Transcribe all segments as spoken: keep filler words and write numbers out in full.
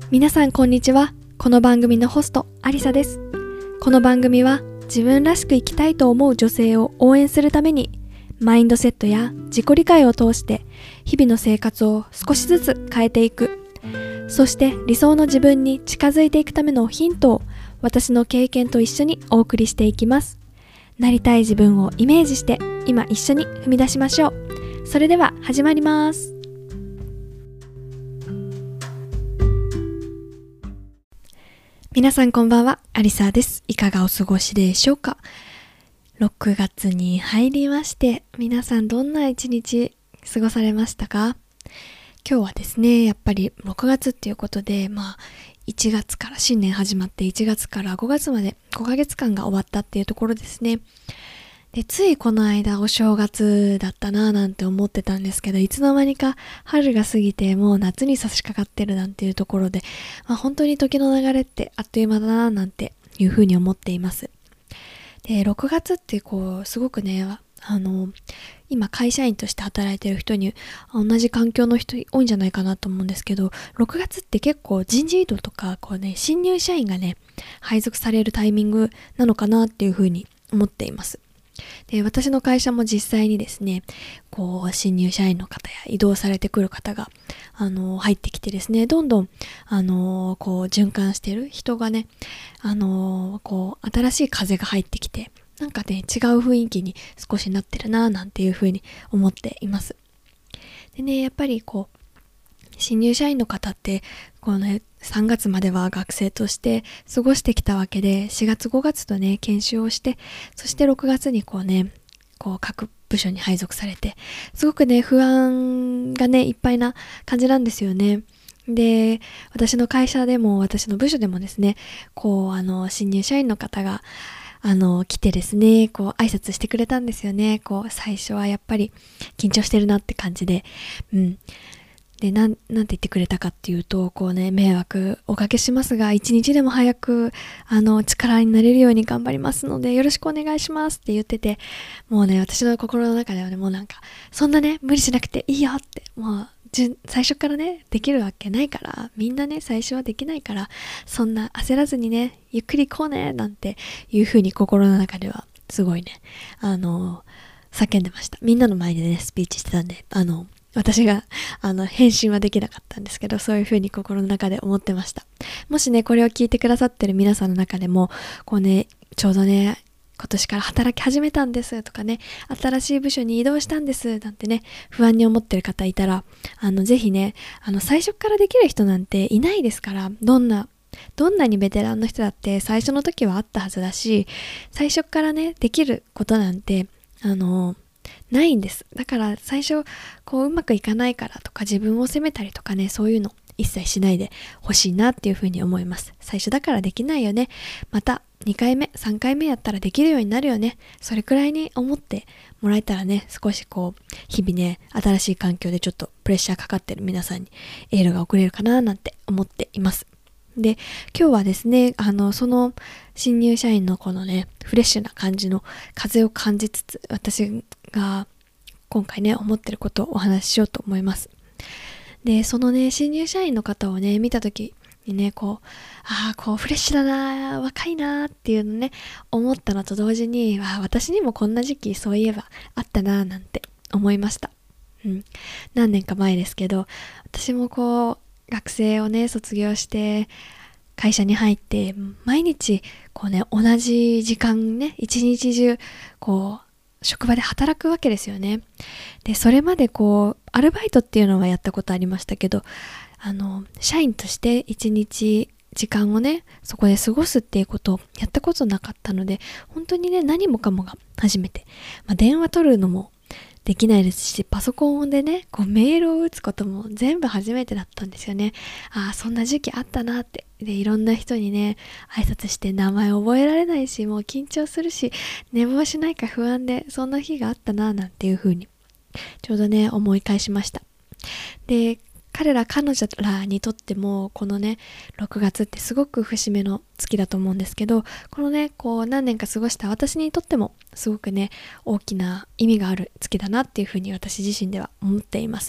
皆さんこんにちは。この番組のホストアリサです。この番組は自分らしく生きたいと思う女性を応援するために、マインドセットや自己理解を通して日々の生活を少しずつ変えていく、そして理想の自分に近づいていくためのヒントを私の経験と一緒にお送りしていきます。なりたい自分をイメージして今一緒に踏み出しましょう。それでは始まります。皆さんこんばんは、アリサです。いかがお過ごしでしょうか。ろくがつに入りまして、皆さんどんな一日過ごされましたか？今日はですね、やっぱりろくがつっていうことで、まあいちがつから新年始まっていちがつからごがつまでごかげつかんが終わったっていうところですね。で、ついこの間お正月だったなぁなんて思ってたんですけど、いつの間にか春が過ぎてもう夏に差し掛かってるなんていうところで、まあ、本当に時の流れってあっという間だなぁなんていうふうに思っています。で、ろくがつってこうすごくね、あの今会社員として働いてる人に同じ環境の人多いんじゃないかなと思うんですけど、ろくがつって結構人事異動とかこうね、新入社員がね配属されるタイミングなのかなっていうふうに思っています。で、私の会社も実際にですね、こう新入社員の方や移動されてくる方があの入ってきてですね、どんどんあのこう循環してる人がね、あのこう新しい風が入ってきて、なんかね違う雰囲気に少しなってるななんていうふうに思っています。でね、やっぱりこう新入社員の方ってこのねさんがつまでは学生として過ごしてきたわけで、しがつごがつとね研修をして、そしてろくがつにこうねこう各部署に配属されて、すごくね不安がねいっぱいな感じなんですよね。で、私の会社でも私の部署でもですね、こうあの新入社員の方があの来てですね、こう挨拶してくれたんですよね。こう最初はやっぱり緊張してるなって感じで、うんで、なん、なんて言ってくれたかっていうと、こうね、迷惑おかけしますが、一日でも早く、あの、力になれるように頑張りますので、よろしくお願いしますって言ってて、もうね、私の心の中ではね、もうなんか、そんなね、無理しなくていいよって、もう、じゅ最初からね、できるわけないから、みんなね、最初はできないから、そんな焦らずにね、ゆっくり行こうね、なんていう風に心の中では、すごいね、あの、叫んでました。みんなの前でね、スピーチしてたんで、あの、私があの返信はできなかったんですけど、そういう風に心の中で思ってました。もしねこれを聞いてくださってる皆さんの中でも、こうねちょうどね今年から働き始めたんですとかね、新しい部署に移動したんですなんてね不安に思ってる方いたら、あのぜひね、あの最初からできる人なんていないですから、どんなどんなにベテランの人だって最初の時はあったはずだし、最初からねできることなんてあのないんです。だから最初こううまくいかないからとか自分を責めたりとかね、そういうの一切しないでほしいなっていうふうに思います。最初だからできないよね、またにかいめさんかいめやったらできるようになるよね、それくらいに思ってもらえたらね、少しこう日々ね新しい環境でちょっとプレッシャーかかってる皆さんにエールが送れるかななんて思っています。で、今日はですね、あのその新入社員のこのねフレッシュな感じの風を感じつつ、私が今回ね思ってることをお話ししようと思います。で、そのね新入社員の方をね見た時にね、こうああこうフレッシュだな、若いなっていうのね思ったのと同時に、あ、私にもこんな時期そういえばあったななんて思いました。うん、何年か前ですけど、私もこう学生をね卒業して会社に入って毎日こうね同じ時間ね一日中こう職場で働くわけですよね。で、それまでこうアルバイトっていうのはやったことありましたけど、あの社員として一日時間をねそこで過ごすっていうことをやったことなかったので、本当にね何もかもが初めて、まあ、電話取るのもできないですし、パソコンでねこうメールを打つことも全部初めてだったんですよね。ああそんな時期あったなって。で、いろんな人にね挨拶して名前覚えられないし、もう緊張するし寝坊しないか不安で、そんな日があったななんていう風にちょうどね思い返しました。で、彼ら彼女らにとってもこのねろくがつってすごく節目の月だと思うんですけど、このねこう何年か過ごした私にとってもすごくね大きな意味がある月だなっていうふうに私自身では思っています。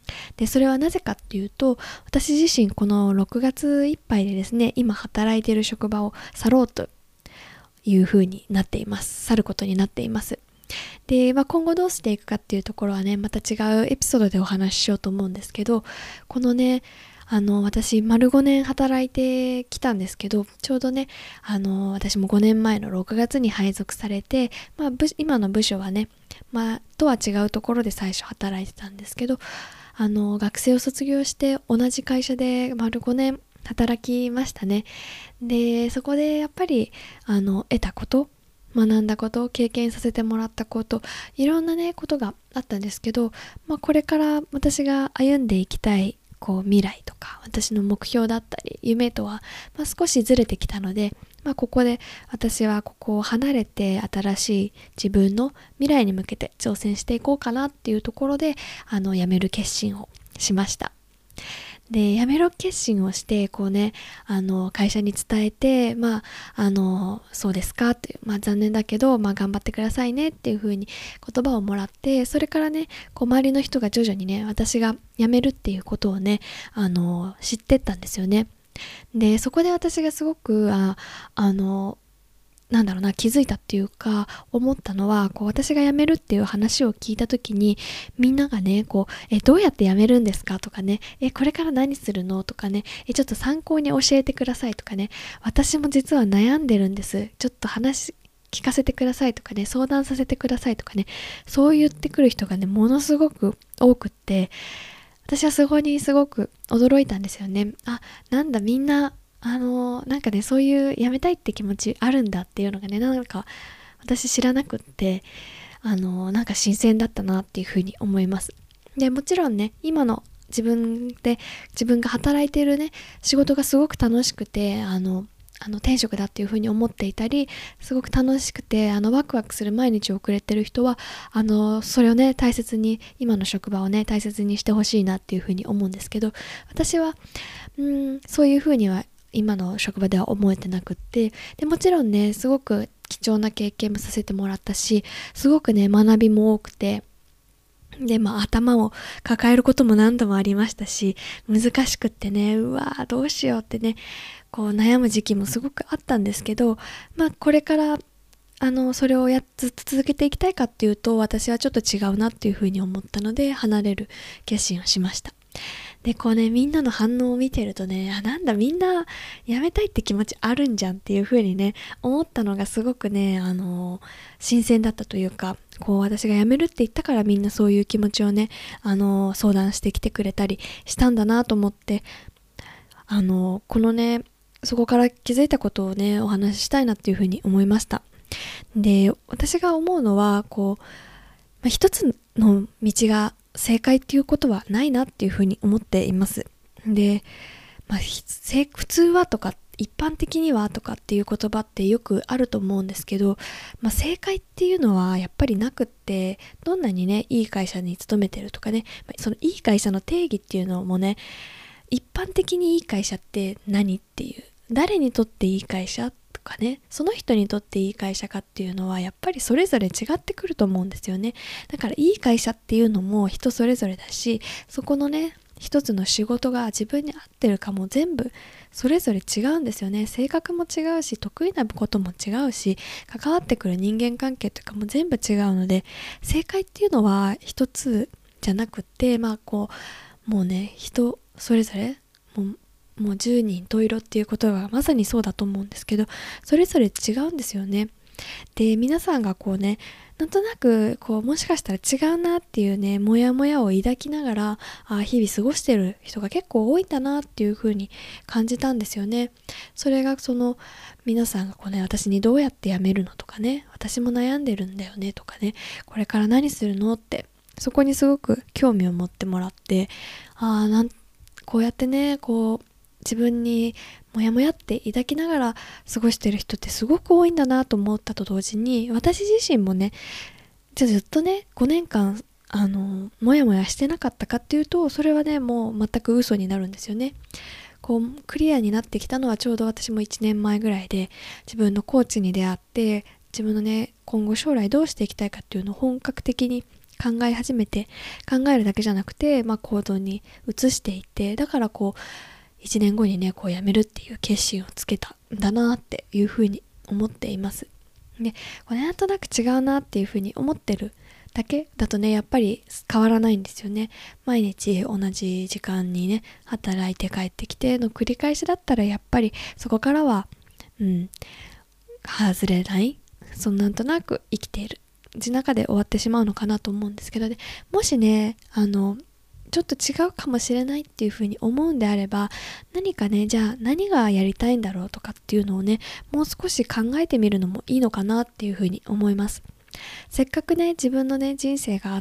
で、それはなぜかっていうと、私自身このろくがついっぱいでですね、今働いている職場を去ろうという風になっています。去ることになっています。で、まあ、今後どうしていくかっていうところはね、また違うエピソードでお話ししようと思うんですけど、このね、あの、私、丸ごねん働いてきたんですけど、ちょうどね、あの、私もごねんまえのろくがつに配属されて、まあ、今の部署はね、まあ、とは違うところで最初働いてたんですけど、あの、学生を卒業して同じ会社で丸ごねん働きましたね。で、そこでやっぱり、あの、得たこと、学んだこと、経験させてもらったこと、いろんなね、ことがあったんですけど、まあ、これから私が歩んでいきたい、こう、未来とか、私の目標だったり、夢とは、まあ、少しずれてきたので、まあ、ここで私はここを離れて新しい自分の未来に向けて挑戦していこうかなっていうところで、あの、辞める決心をしました。で、辞めろ決心をして、こうね、あの、会社に伝えて、まあ、あの、そうですかっていう、まあ残念だけど、まあ頑張ってくださいねっていう風に言葉をもらって、それからね、こう周りの人が徐々にね、私が辞めるっていうことをね、あの、知ってったんですよね。で、そこで私がすごく、あ、あの、なんだろうな、気づいたっていうか、思ったのは、こう、私が辞めるっていう話を聞いたときに、みんながね、こう、え、どうやって辞めるんですかとかね、え、これから何するのとかね、え、ちょっと参考に教えてくださいとかね、私も実は悩んでるんです。ちょっと話聞かせてくださいとかね、相談させてくださいとかね、そう言ってくる人がね、ものすごく多くって、私はそこにすごく驚いたんですよね。あ、なんだみんな、あのなんかね、そういう辞めたいって気持ちあるんだっていうのがね、なんか私知らなくって、あのなんか新鮮だったなっていうふうに思います。で、もちろんね、今の自分で、自分が働いているね、仕事がすごく楽しくて、あの、あの転職だっていうふうに思っていたり、すごく楽しくて、あのワクワクする毎日を送れてる人は、あのそれをね、大切に、今の職場をね、大切にしてほしいなっていうふうに思うんですけど、私はうんそういうふうには今の職場では思えてなくって、でもちろんね、すごく貴重な経験もさせてもらったし、すごくね、学びも多くて、で、まあ頭を抱えることも何度もありましたし、難しくってね、うわーどうしようってね、こう悩む時期もすごくあったんですけど、まあこれからあのそれをやっずっと続けていきたいかっていうと、私はちょっと違うなっていうふうに思ったので、離れる決心をしました。で、こうね、みんなの反応を見てるとね、あ、なんだ、みんな辞めたいって気持ちあるんじゃんっていう風にね、思ったのがすごくね、あのー新鮮だったというか、こう私が辞めるって言ったからみんなそういう気持ちをね、あのー相談してきてくれたりしたんだなと思って、あのーこのね、そこから気づいたことをね、お話ししたいなっていう風に思いました。で、私が思うのは、こう、まあ、一つの道が正解っていうことはないなっていうふうに思っています。で、まあ、普通はとか一般的にはとかっていう言葉ってよくあると思うんですけど、まあ、正解っていうのはやっぱりなくって、どんなにね、いい会社に勤めてるとかね、そのいい会社の定義っていうのもね、一般的にいい会社って何っていう、誰にとっていい会社とかね、その人にとっていい会社かっていうのはやっぱりそれぞれ違ってくると思うんですよね。だからいい会社っていうのも人それぞれだし、そこのね、一つの仕事が自分に合ってるかも全部それぞれ違うんですよね。性格も違うし、得意なことも違うし、関わってくる人間関係とかも全部違うので、正解っていうのは一つじゃなくて、まあこうもうね、人それぞれもうもう十人十色っていうことがまさにそうだと思うんですけど、それぞれ違うんですよね。で、皆さんがこうね、なんとなくこうもしかしたら違うなっていうね、モヤモヤを抱きながらあ日々過ごしてる人が結構多いんだなっていう風に感じたんですよね。それがその皆さんがこうね、私にどうやって辞めるのとかね、私も悩んでるんだよねとかね、これから何するのって、そこにすごく興味を持ってもらって、ああ、なんこうやってね、こう自分にモヤモヤって抱きながら過ごしてる人ってすごく多いんだなと思ったと同時に、私自身もね、じゃあずっとねごねんかんあのモヤモヤしてなかったかっていうと、それはねもう全く嘘になるんですよね。こうクリアになってきたのはちょうど私もいちねんまえぐらいで、自分のコーチに出会って、自分のね今後将来どうしていきたいかっていうのを本格的に考え始めて、考えるだけじゃなくて、まあ、行動に移していって、だからこういちねんごにねこう辞めるっていう決心をつけたんだなっていうふうに思っています。でこれなんとなく違うなっていうふうに思ってるだけだとね、やっぱり変わらないんですよね。毎日同じ時間にね働いて帰ってきての繰り返しだったら、やっぱりそこからはうん外れない、そんなんとなく生きている中で終わってしまうのかなと思うんですけど、ね、もしねあのちょっと違うかもしれないっていうふうに思うんであれば、何かね、じゃあ何がやりたいんだろうとかっていうのをね、もう少し考えてみるのもいいのかなっていうふうに思います。せっかくね、自分のね、人生があって、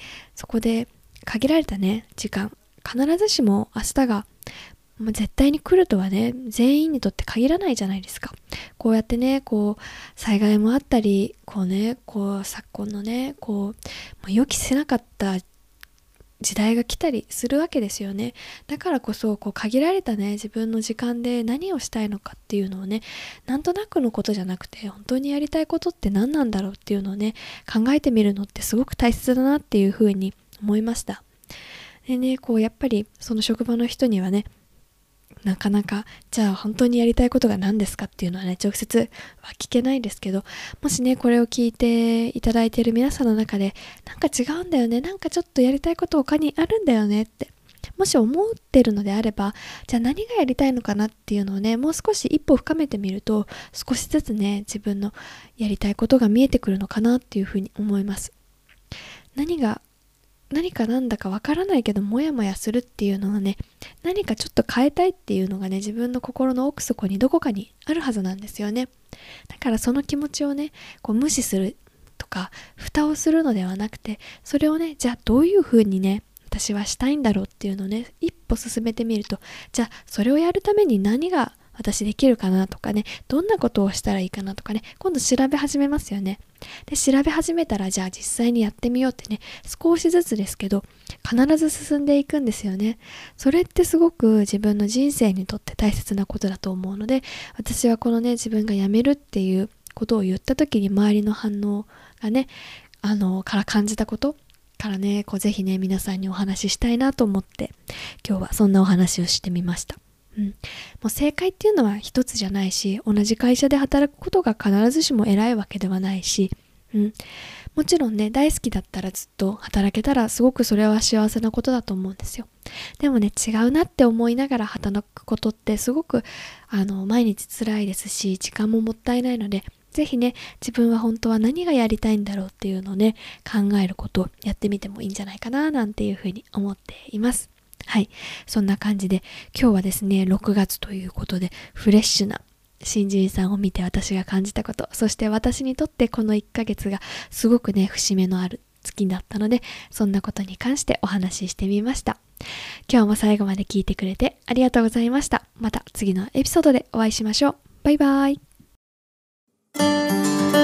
そこで限られたね、時間、必ずしも明日がもう絶対に来るとはね、全員にとって限らないじゃないですか。こうやってね、こう、災害もあったり、こうね、こう、昨今のね、こう、予期せなかった時代が来たりするわけですよね。だからこそこう限られたね自分の時間で何をしたいのかっていうのをね、なんとなくのことじゃなくて、本当にやりたいことって何なんだろうっていうのをね考えてみるのってすごく大切だなっていうふうに思いました。でね、こうやっぱりその職場の人にはね、なかなかじゃあ本当にやりたいことが何ですかっていうのはね直接は聞けないですけど、もしねこれを聞いていただいている皆さんの中で、なんか違うんだよね、なんかちょっとやりたいこと他にあるんだよねってもし思ってるのであれば、じゃあ何がやりたいのかなっていうのをねもう少し一歩深めてみると、少しずつね自分のやりたいことが見えてくるのかなっていうふうに思います。何が何かなんだかわからないけどモヤモヤするっていうのはね、何かちょっと変えたいっていうのがね自分の心の奥底にどこかにあるはずなんですよね。だからその気持ちをねこう無視するとか蓋をするのではなくて、それをねじゃあどういう風にね私はしたいんだろうっていうのをね一歩進めてみると、じゃあそれをやるために何が私できるかなとかね、どんなことをしたらいいかなとかね、今度調べ始めますよね。で調べ始めたら、じゃあ実際にやってみようってね、少しずつですけど必ず進んでいくんですよね。それってすごく自分の人生にとって大切なことだと思うので、私はこのね自分が辞めるっていうことを言った時に周りの反応がねあのから感じたことからね、こうぜひね皆さんにお話ししたいなと思って今日はそんなお話をしてみました。うん、もう正解っていうのは一つじゃないし、同じ会社で働くことが必ずしも偉いわけではないし、うん、もちろんね大好きだったらずっと働けたらすごくそれは幸せなことだと思うんですよ。でもね違うなって思いながら働くことってすごくあの毎日辛いですし、時間ももったいないので、ぜひね自分は本当は何がやりたいんだろうっていうのをね考えることをやってみてもいいんじゃないかななんていうふうに思っています。はい、そんな感じで今日はですねろくがつということで、フレッシュな新人さんを見て私が感じたこと、そして私にとってこのいっかげつがすごくね節目のある月だったので、そんなことに関してお話ししてみました。今日も最後まで聞いてくれてありがとうございました。また次のエピソードでお会いしましょう。バイバイ。